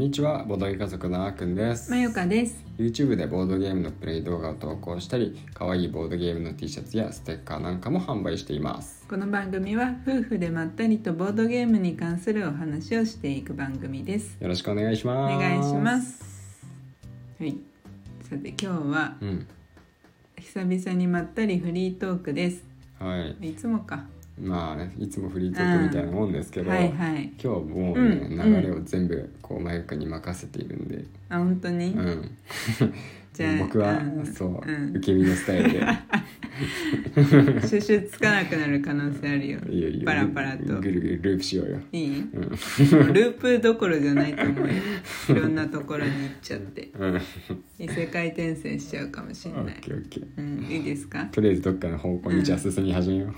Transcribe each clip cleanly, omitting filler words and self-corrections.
にちは、ボードゲーム家族のあーくんです。 まゆかです。 YouTube でボードゲームのプレイ動画を投稿したり、かわいいボードゲームの T シャツやステッカーなんかも販売しています。 この番組は夫婦でまったりとボードゲームに関するお話をしていく番組です。 よろしくお願いします。 お願いします。はい、さて今日は、久々にまったりフリートークです。 はい。 いつもか。 まあね、いつもフリートークみたいなもんですけど、 はいはい、 今日もうね、流れを全部こうまゆかに任せているんで。 あ、本当に？ じゃあ僕は、受け身のスタイルで収集つかなくなる可能性あるよ。 いいよパラパラとぐるぐるループしようよ。 いい？ループどころじゃないと思うよ。いろんなところに行っちゃって、異世界転生しちゃうかもしれない。 オッケーオッケー。 いいですか？ とりあえずどっかの方向にじゃあ進み始めよう。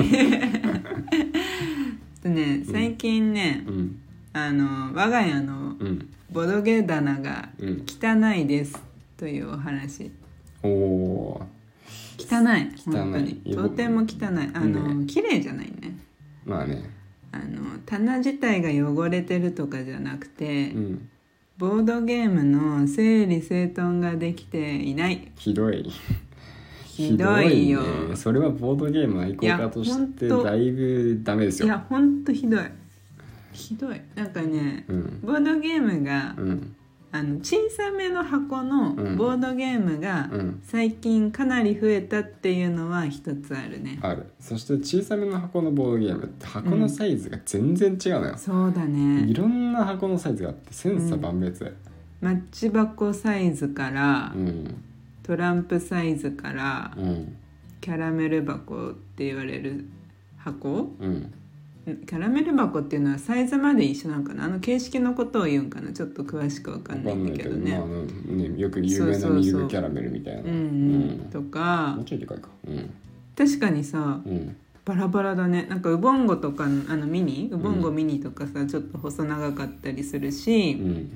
最近ね、我が家のボドゲ棚が汚いですというお話。 おー、 汚い、本当にとても汚い。綺麗じゃないね。 まあね、 棚自体が汚れてるとかじゃなくて、ボードゲームの整理整頓ができていない。 ひどいよ、 ね。それはボードゲーム愛好家としてだいぶダメですよ。 いやほんとひどい。なんかね、ボードゲームが、小さめの箱のボードゲームが最近かなり増えたっていうのは一つあるね。 ある。そして小さめの箱のボードゲームって箱のサイズが全然違うのよ。 そうだね。 いろんな箱のサイズがあって千差万別。 マッチ箱サイズから、トランプサイズから、キャラメル箱って言われる箱、キャラメル箱っていうのはサイズまで一緒なんかな。形式のことを言うんかな。ちょっと詳しく分かんないんだけどね。 よく有名なミルクキャラメルみたいなとか。 もうちょいでかいか。 確かにさ、バラバラだね。なんかウボンゴとかウボンゴミニとかさ、ちょっと細長かったりするし、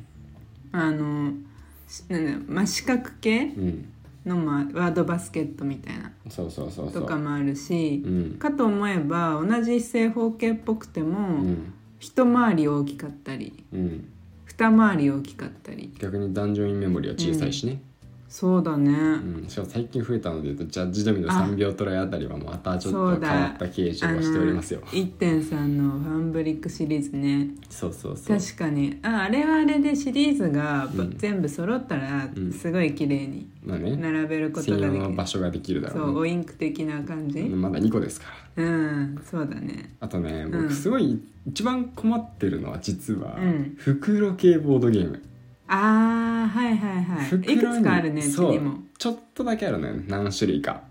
真四角形のワードバスケットみたいなとかもあるし、かと思えば同じ正方形っぽくても、一回り大きかったり、二回り大きかったり。 逆にダンジョンインメモリーは小さいしね。 そうだね。 しかも最近増えたのでいうとジャッジドミノ3秒トライあたりはまたちょっと変わった形状をしておりますよ。 1.3 のファンブリックシリーズね。 そう確かにあれはあれでシリーズが全部揃ったらすごい綺麗に並べることができる。 専用の場所ができるだろうね。 そう、オインク的な感じ。 まだ2個ですから。 そうだね。 あとね、僕すごい一番困ってるのは実は袋系ボードゲーム。 はいいくつかあるね。うちにもちょっとだけあるのよ。何種類か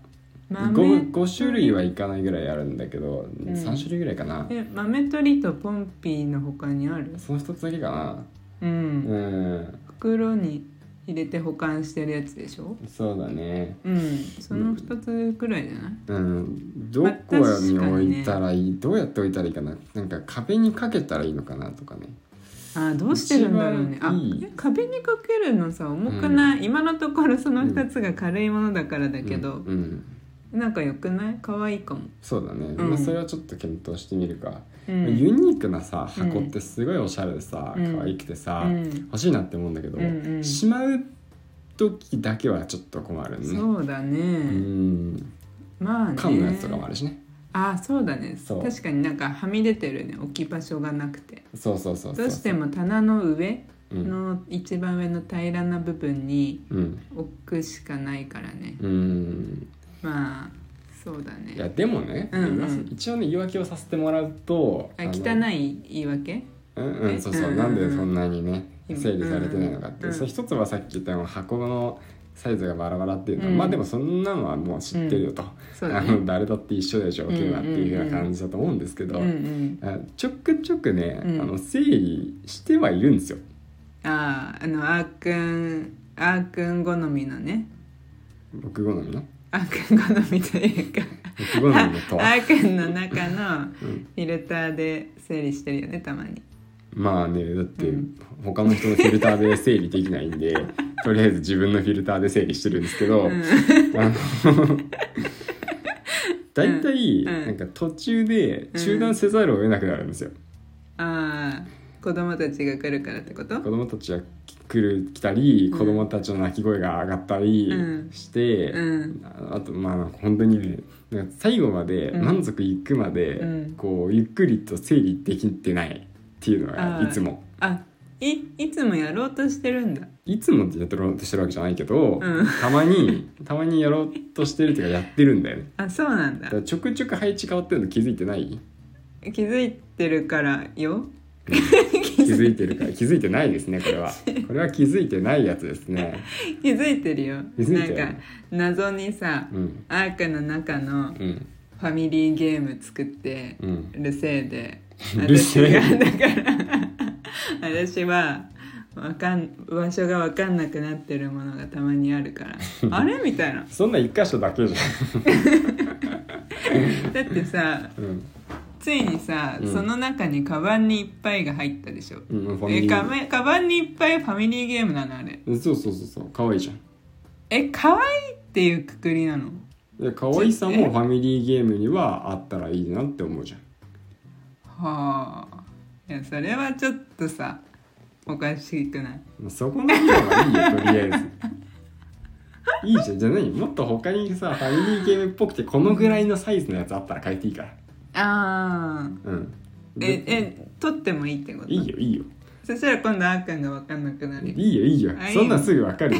5種類はいかないぐらいあるんだけど、3種類ぐらいかな。 豆取りとポンピーの他にある？ その2つだけかな。 袋に入れて保管してるやつでしょ。 そうだね。 その2つくらいじゃない？ どこに置いたらいい、どうやって置いたらいいかな。なんか壁にかけたらいいのかなとかね。 どうしてるんだろうね。壁にかけるのさ重くない？今のところその2つが軽いものだからだけど、なんか良くない？可愛いかも。 そうだね。それはちょっと検討してみるか。ユニークなさ箱ってすごいおしゃれでさ、可愛くてさ、欲しいなって思うんだけど、しまう時だけはちょっと困るね。 そうだね。まあね。 缶のやつとかもあるしね。 そうだね。確かになんかはみ出てるね。置き場所がなくて。 そうどうしても棚の上の一番上の平らな部分に置くしかないからね。まあそうだね。 いやでもね、一応ね言い訳をさせてもらうと、 汚い言い訳？ なんでそんなにね整理されてないのかって。それ一つはさっき言ったような箱のサイズがバラバラっていうのは、まあでもそんなのはもう知ってるよと、誰だって一緒でしょうけどっていうような感じだと思うんですけど、ちょくちょくね、整理してはいるんですよ。 あーくん好みのね。 僕好みのあーくん好みというか僕好みのとはあーくんの中のフィルターで整理してるよね、たまに。 まあね、だって他の人のフィルターで整理できないんでとりあえず自分のフィルターで整理してるんですけど、だいたいなんか途中で中断せざるを得なくなるんですよ。 子供たちが来るからってこと？ 子供たちが来たり、子供たちの泣き声が上がったりして、あとまあ本当にね、なんか最後まで満足いくまで、こうゆっくりと整理できてないっていうのがいつも。 いつもやろうとしてるんだ。 いつもやろうとしてるわけじゃないけど、たまにやろうとしてるっていうかやってるんだよね。 そうなんだ。 だからちょくちょく配置変わってるの気づいてない？ 気づいてるからよ。 気づいてるから気づいてないですね。これは気づいてないやつですね。 気づいてるよ。なんか謎にさ、アークの中のファミリーゲーム作ってるせいで、私は場所が分かんなくなってるものがたまにあるからあれみたいな。 そんな一箇所だけじゃんだってさ、ついにさ、その中にカバンにいっぱいが入ったでしょ、カバンにいっぱいファミリーゲームなのあれ。 そうかわいいじゃん。 かわいいっていうくくりなの？ かわいさもファミリーゲームにはあったらいいなって思うじゃん。 はあ、いやそれはちょっとさおかしくない？ そこの議論はいいよとりあえずいいじゃん。じゃあ何、もっと他にさファミリーゲームっぽくてこのぐらいのサイズのやつあったら変えていいから。 取ってもいいってこと？ いいよ。 そしたら今度あーくんが分かんなくなる。 いいよ。そんなすぐ分かるよ。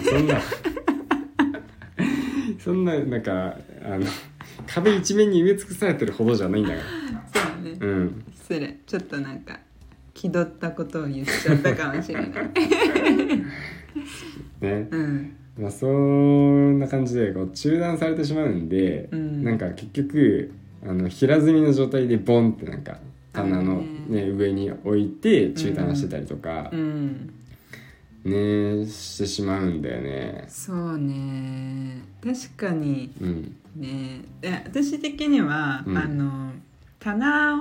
そんななんか壁一面に埋め尽くされてるほどじゃないんだから。 そうね。失礼。ちょっとなんか気取ったことを言っちゃったかもしれないね。まあそんな感じでこう中断されてしまうんで、なんか結局平積みの状態でボンってなんか棚の、上に置いて中断してたりとか、してしまうんだよね。そうね、確かに、私的には、棚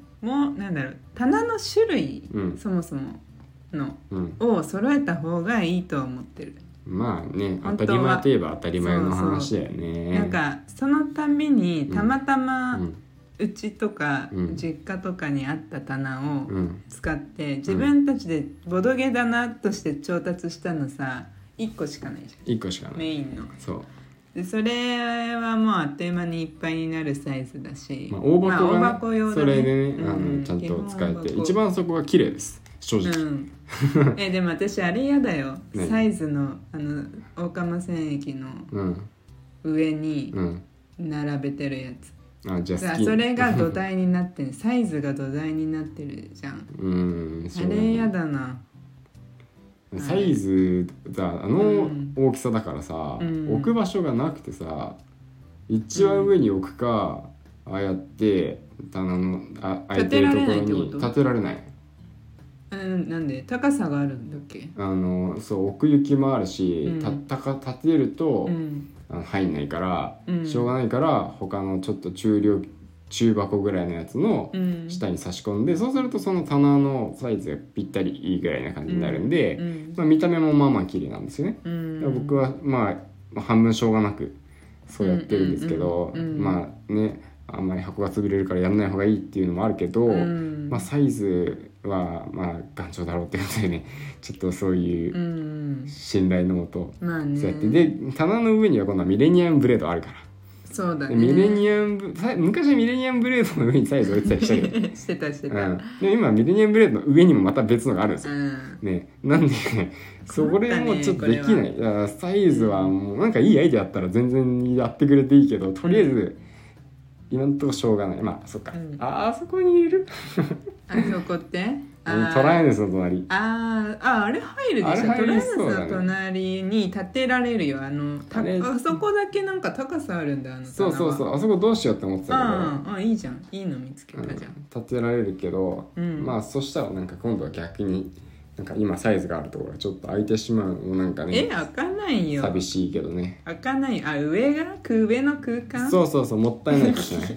の種類、そもそもの、を揃えた方がいいと思ってる。 まあね、当たり前といえば当たり前の話だよね。 なんかそのたんびにたまたまうちとか実家とかにあった棚を使って自分たちでボドゲ棚として調達したのさ、1個しかないじゃん。 1個しかない、 メインの。 そうでそれはもうあっという間にいっぱいになるサイズだし、 大箱が、 大箱用だね。 それでね、ちゃんと使えて一番そこが綺麗です、正直。 でも私あれ嫌だよ、サイズの大釜線液の上に並べてるやつ。 じゃあそれが土台になってるサイズが土台になってるじゃん。あれ嫌だな。 サイズだ、大きさだからさ、置く場所がなくてさ、一番上に置くか、ああやって棚の空いてるところに立てられない。 なんで高さがあるんだっけ？ そう奥行きもあるし、立てると、入んないから、しょうがないから他のちょっと中箱ぐらいのやつの下に差し込んで、そうするとその棚のサイズがぴったりいいぐらいな感じになるんで、見た目もまあまあ綺麗なんですよね。僕はまあ半分しょうがなくそうやってるんですけど、まあね、あんまり箱が潰れるからやんない方がいいっていうのもあるけど、サイズはまあ頑丈だろうってことでね、ちょっとそういう信頼のもと、そうやってで棚の上には今度はミレニアムブレードあるから。 そうだね。 昔はミレニアムブレードの上にサイズ置いてたりしたけどしてた、 で今ミレニアムブレードの上にもまた別のがあるんですよ、なんでそれもちょっとできない。サイズはもうなんかいいアイデアあったら全然やってくれていいけど、とりあえず今んとこしょうがない。まあそっか、あそこに入れるあそこってトライアヌスの隣。 あれ入るでしょ。トライアヌスの隣に立てられるよ。あそこだけなんか高さあるんだ。 そうあそこどうしようって思ってたけど、 いいじゃん、いいの見つけたじゃん。 立てられるけど、まあそしたらなんか今度は逆になんか今サイズがあるところがちょっと空いてしまうのなんかね。 開かないよ。 寂しいけどね。 開かない。上の空間。 そうもったいないかしない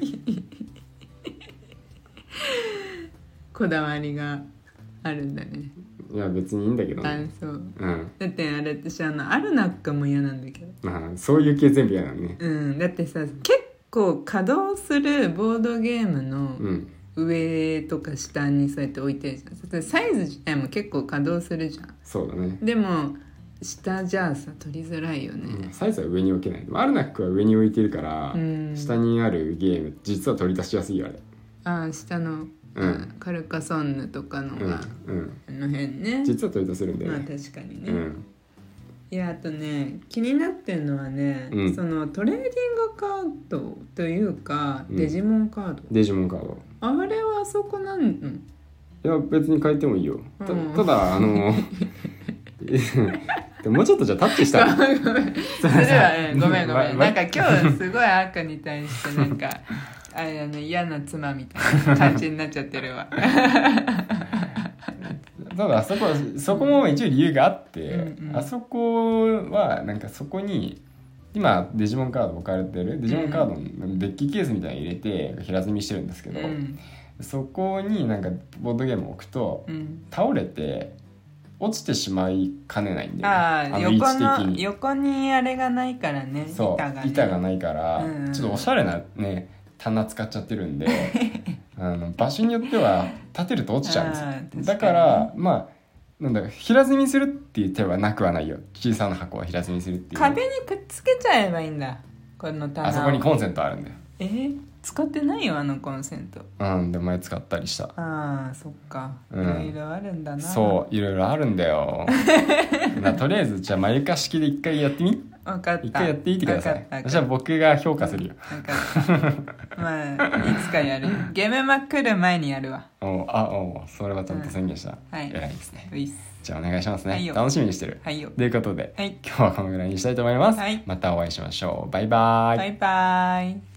こだわりがあるんだね。 いや別にいいんだけどね。 そう、だってあれ私アルナックも嫌なんだけど。 そういう系全部嫌だね。 だってさ、結構稼働するボードゲームの上とか下にそうやって置いてるじゃん。サイズ自体も結構稼働するじゃん。 そうだね。 でも下じゃあさ取りづらいよね、 サイズは上に置けない。アルナックは上に置いてるから、下にあるゲーム実は取り出しやすいよあれ。 下の、カルカソンヌとかのが、あの辺ね実は取り出せるんだよね。 確かにね、いやあとね気になってんのはね、そのトレーディングカードというか、デジモンカードあれはあそこなんの？いや別に変えてもいいよ。ただもうちょっとじゃあタッチしたらごめんごめんなんか今日すごい赤に対してなんかあれ嫌な妻みたいな感じになっちゃってるわただそこも一応理由があって、あそこはなんかそこに今デジモンカード置かれてるデジモンカードのデッキケースみたいに入れて平積みしてるんですけど、そこになんかボードゲームを置くと、倒れて落ちてしまいかねないんだよね。 横にあれがないからね。 そう板がないから、ちょっとおしゃれなね棚使っちゃってるんで場所によっては立てると落ちちゃうんですよ。だからなんだ平積みするっていう手はなくはないよ。小さな箱は平積みするっていう。 壁にくっつけちゃえばいいんだこの棚を。 あそこにコンセントあるんだよ。 使ってないよコンセント。 で前使ったりした。 そっか、いろいろあるんだな。 そういろいろあるんだよとりあえずじゃあマユカ式で一回やってみ。 分かった。 一回やってみてください。じゃあ僕が評価するよ。 分かったいつかやる。ゲームマ来る前にやるわ。 それはちゃんと宣言した。偉いですね。じゃあお願いしますね。楽しみにしてる。ということで、今日はこのぐらいにしたいと思います。またお会いしましょう。バイバイ。